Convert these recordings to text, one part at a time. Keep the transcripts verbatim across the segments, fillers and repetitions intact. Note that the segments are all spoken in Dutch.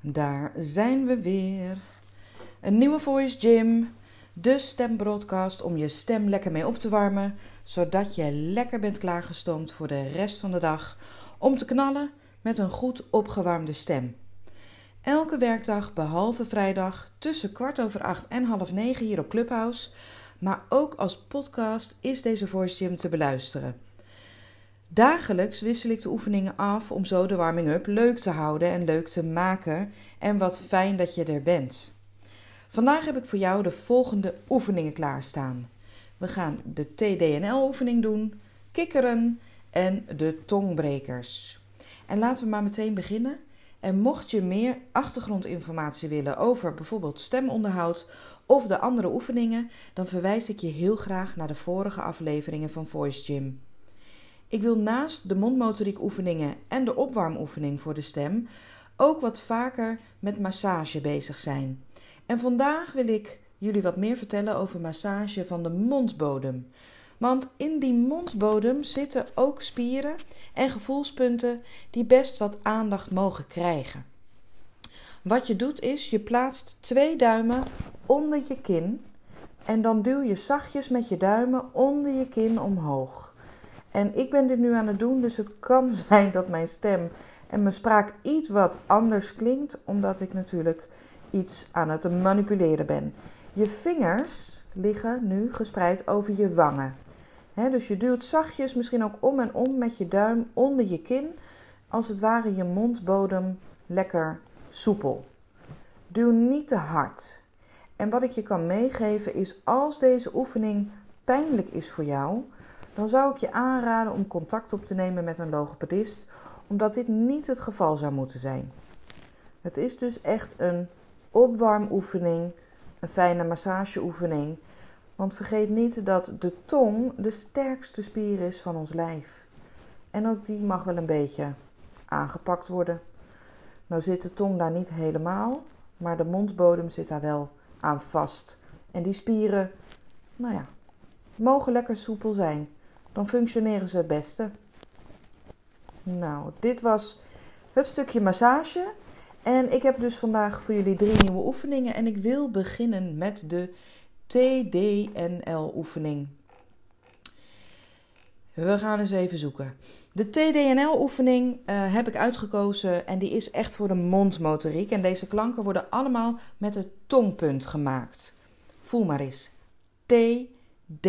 Daar zijn we weer. Een nieuwe Voice Gym, de stembroadcast om je stem lekker mee op te warmen, zodat je lekker bent klaargestoomd voor de rest van de dag om te knallen met een goed opgewarmde stem. Elke werkdag behalve vrijdag tussen kwart over acht en half negen hier op Clubhouse, maar ook als podcast is deze Voice Gym te beluisteren. Dagelijks wissel ik de oefeningen af om zo de warming-up leuk te houden en leuk te maken. En wat fijn dat je er bent. Vandaag heb ik voor jou de volgende oefeningen klaarstaan. We gaan de T D N L oefening doen, kikkeren en de tongbrekers. En laten we maar meteen beginnen. En mocht je meer achtergrondinformatie willen over bijvoorbeeld stemonderhoud of de andere oefeningen, dan verwijs ik je heel graag naar de vorige afleveringen van Voice Gym. Ik wil naast de mondmotoriek oefeningen en de opwarmoefening voor de stem ook wat vaker met massage bezig zijn. En vandaag wil ik jullie wat meer vertellen over massage van de mondbodem. Want in die mondbodem zitten ook spieren en gevoelspunten die best wat aandacht mogen krijgen. Wat je doet is, je plaatst twee duimen onder je kin en dan duw je zachtjes met je duimen onder je kin omhoog. En ik ben dit nu aan het doen, dus het kan zijn dat mijn stem en mijn spraak iets wat anders klinkt, omdat ik natuurlijk iets aan het manipuleren ben. Je vingers liggen nu gespreid over je wangen. He, dus je duwt zachtjes, misschien ook om en om met je duim onder je kin, als het ware je mondbodem lekker soepel. Duw niet te hard. En wat ik je kan meegeven is, als deze oefening pijnlijk is voor jou, dan zou ik je aanraden om contact op te nemen met een logopedist, omdat dit niet het geval zou moeten zijn. Het is dus echt een opwarmoefening, een fijne massageoefening. Want vergeet niet dat de tong de sterkste spier is van ons lijf. En ook die mag wel een beetje aangepakt worden. Nou zit de tong daar niet helemaal, maar de mondbodem zit daar wel aan vast. En die spieren, nou ja, mogen lekker soepel zijn. Dan functioneren ze het beste. Nou, dit was het stukje massage. En ik heb dus vandaag voor jullie drie nieuwe oefeningen. En ik wil beginnen met de T D N L oefening. We gaan eens even zoeken. De T D N L oefening uh, heb ik uitgekozen en die is echt voor de mondmotoriek. En deze klanken worden allemaal met het tongpunt gemaakt. Voel maar eens. T D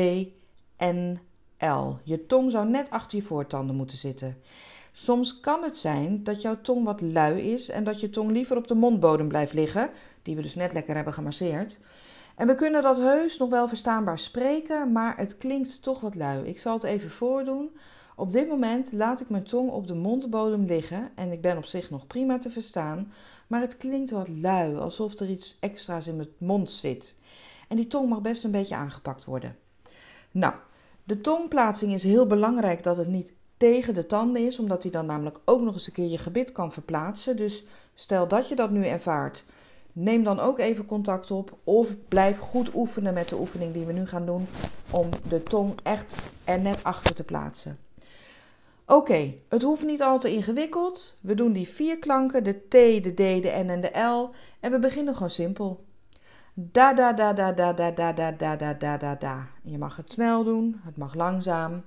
N L. Je tong zou net achter je voortanden moeten zitten. Soms kan het zijn dat jouw tong wat lui is en dat je tong liever op de mondbodem blijft liggen, die we dus net lekker hebben gemasseerd. En we kunnen dat heus nog wel verstaanbaar spreken, maar het klinkt toch wat lui. Ik zal het even voordoen. Op dit moment laat ik mijn tong op de mondbodem liggen en ik ben op zich nog prima te verstaan, maar het klinkt wat lui, alsof er iets extra's in mijn mond zit. En die tong mag best een beetje aangepakt worden. Nou, de tongplaatsing is heel belangrijk dat het niet tegen de tanden is, omdat hij dan namelijk ook nog eens een keer je gebit kan verplaatsen. Dus stel dat je dat nu ervaart, neem dan ook even contact op of blijf goed oefenen met de oefening die we nu gaan doen om de tong echt er net achter te plaatsen. Oké, okay, het hoeft niet al te ingewikkeld. We doen die vier klanken, de T, de D, de N en de L en we beginnen gewoon simpel. Da da da da da da da da da da da da da. Je mag het snel doen, het mag langzaam.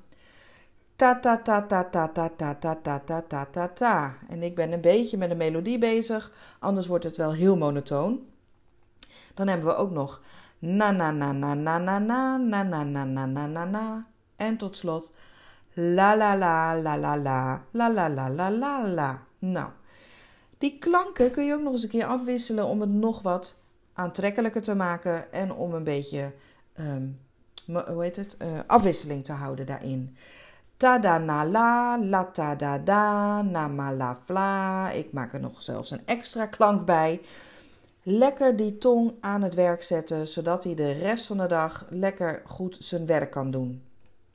Ta ta ta ta ta ta ta ta ta ta ta ta ta. En ik ben een beetje met een melodie bezig, anders wordt het wel heel monotoon. Dan hebben we ook nog na na na na na na na na na na na na na na. En tot slot la la la la la la la la la la la la. Nou, die klanken kun je ook nog eens een keer afwisselen om het nog wat aantrekkelijker te maken en om een beetje um, hoe heet het? Uh, afwisseling te houden daarin. Ta da na la, la ta da da, na ma la fla. Ik maak er nog zelfs een extra klank bij. Lekker die tong aan het werk zetten, zodat hij de rest van de dag lekker goed zijn werk kan doen.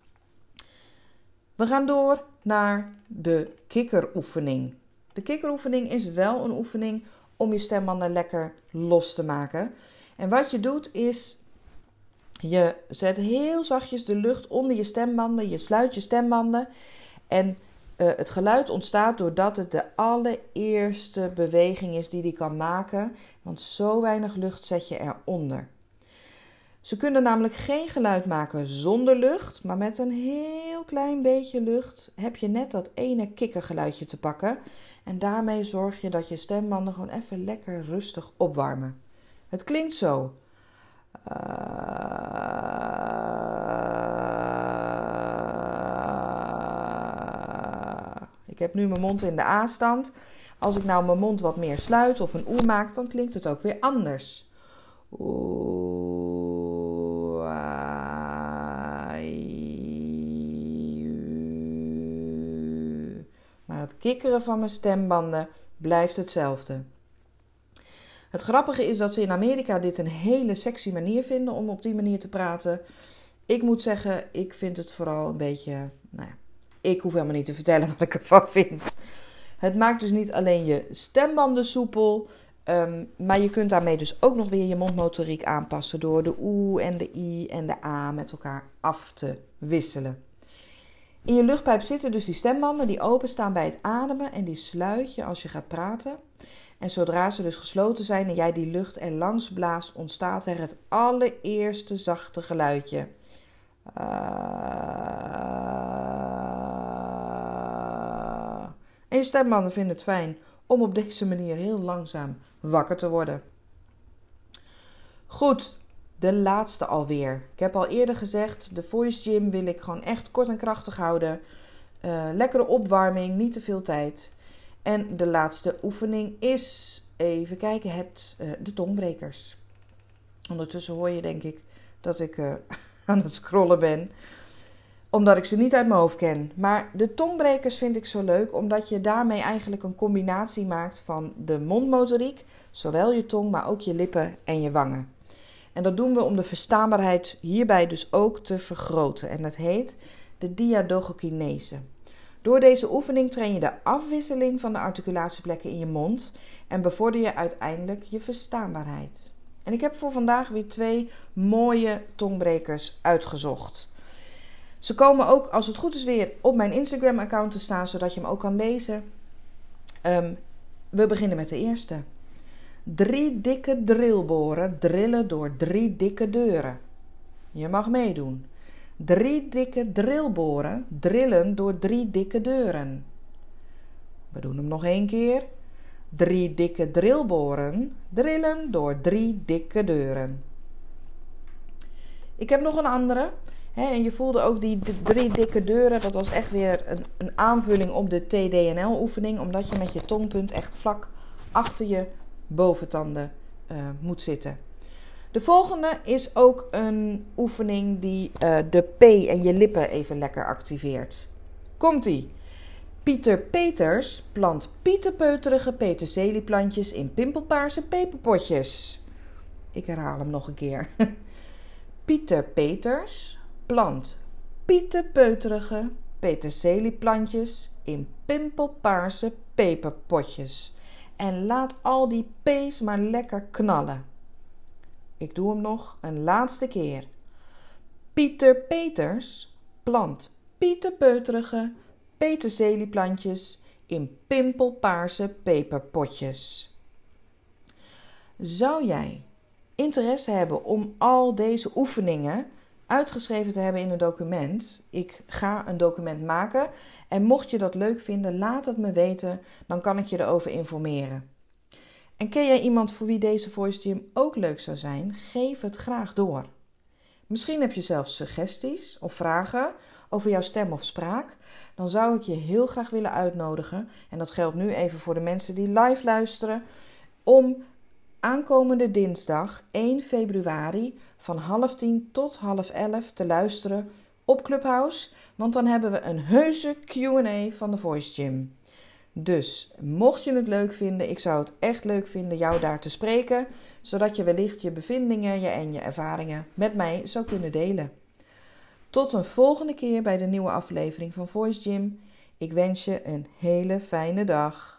We gaan door naar de kikkeroefening. De kikkeroefening is wel een oefening om je stembanden lekker los te maken. En wat je doet is, je zet heel zachtjes de lucht onder je stembanden, je sluit je stembanden en Uh, het geluid ontstaat doordat het de allereerste beweging is die hij kan maken, want zo weinig lucht zet je eronder. Ze kunnen namelijk geen geluid maken zonder lucht, maar met een heel klein beetje lucht heb je net dat ene kikkergeluidje te pakken. En daarmee zorg je dat je stembanden gewoon even lekker rustig opwarmen. Het klinkt zo. Uh... Ik heb nu mijn mond in de A-stand. Als ik nou mijn mond wat meer sluit of een oe maak, dan klinkt het ook weer anders. Oeh, maar het kikkeren van mijn stembanden blijft hetzelfde. Het grappige is dat ze in Amerika dit een hele sexy manier vinden om op die manier te praten. Ik moet zeggen, ik vind het vooral een beetje... Nou ja, ik hoef helemaal niet te vertellen wat ik ervan vind. Het maakt dus niet alleen je stembanden soepel, um, maar je kunt daarmee dus ook nog weer je mondmotoriek aanpassen door de oe en de i en de a met elkaar af te wisselen. In je luchtpijp zitten dus die stembanden die openstaan bij het ademen en die sluit je als je gaat praten. En zodra ze dus gesloten zijn en jij die lucht er langs blaast, ontstaat er het allereerste zachte geluidje. Uh... En je stembanden vinden het fijn om op deze manier heel langzaam wakker te worden. Goed, de laatste alweer. Ik heb al eerder gezegd, de Voice Gym wil ik gewoon echt kort en krachtig houden. Uh, lekkere opwarming, niet te veel tijd. En de laatste oefening is, even kijken, het, uh, de tongbrekers. Ondertussen hoor je denk ik dat ik uh, aan het scrollen ben, omdat ik ze niet uit mijn hoofd ken. Maar de tongbrekers vind ik zo leuk, omdat je daarmee eigenlijk een combinatie maakt van de mondmotoriek, zowel je tong, maar ook je lippen en je wangen. En dat doen we om de verstaanbaarheid hierbij dus ook te vergroten. En dat heet de diadogokinese. Door deze oefening train je de afwisseling van de articulatieplekken in je mond en bevorder je uiteindelijk je verstaanbaarheid. En ik heb voor vandaag weer twee mooie tongbrekers uitgezocht. Ze komen ook, als het goed is, weer op mijn Instagram-account te staan, zodat je hem ook kan lezen. Um, we beginnen met de eerste. Drie dikke drillboren drillen door drie dikke deuren. Je mag meedoen. Drie dikke drillboren drillen door drie dikke deuren. We doen hem nog één keer. Drie dikke drillboren drillen door drie dikke deuren. Ik heb nog een andere. Hè, en je voelde ook die drie dikke deuren. Dat was echt weer een, een aanvulling op de T D N L oefening. Omdat je met je tongpunt echt vlak achter je boventanden uh, moet zitten. De volgende is ook een oefening die uh, de P en je lippen even lekker activeert. Komt-ie. Pieter Peters plant pieterpeuterige peterselieplantjes in pimpelpaarse peperpotjes. Ik herhaal hem nog een keer. Pieter Peters plant pieterpeuterige peterselieplantjes in pimpelpaarse peperpotjes. En laat al die P's maar lekker knallen. Ik doe hem nog een laatste keer. Pieter Peters plant pieterpeuterige peterselieplantjes in pimpelpaarse peperpotjes. Zou jij interesse hebben om al deze oefeningen uitgeschreven te hebben in een document? Ik ga een document maken en mocht je dat leuk vinden, laat het me weten, dan kan ik je erover informeren. En ken jij iemand voor wie deze Voice Gym ook leuk zou zijn? Geef het graag door. Misschien heb je zelfs suggesties of vragen over jouw stem of spraak. Dan zou ik je heel graag willen uitnodigen, en dat geldt nu even voor de mensen die live luisteren, om aankomende dinsdag één februari van half tien tot half elf te luisteren op Clubhouse. Want dan hebben we een heuse Q en A van de Voice Gym. Dus mocht je het leuk vinden, ik zou het echt leuk vinden jou daar te spreken, zodat je wellicht je bevindingen je en je ervaringen met mij zou kunnen delen. Tot een volgende keer bij de nieuwe aflevering van Voice Gym. Ik wens je een hele fijne dag.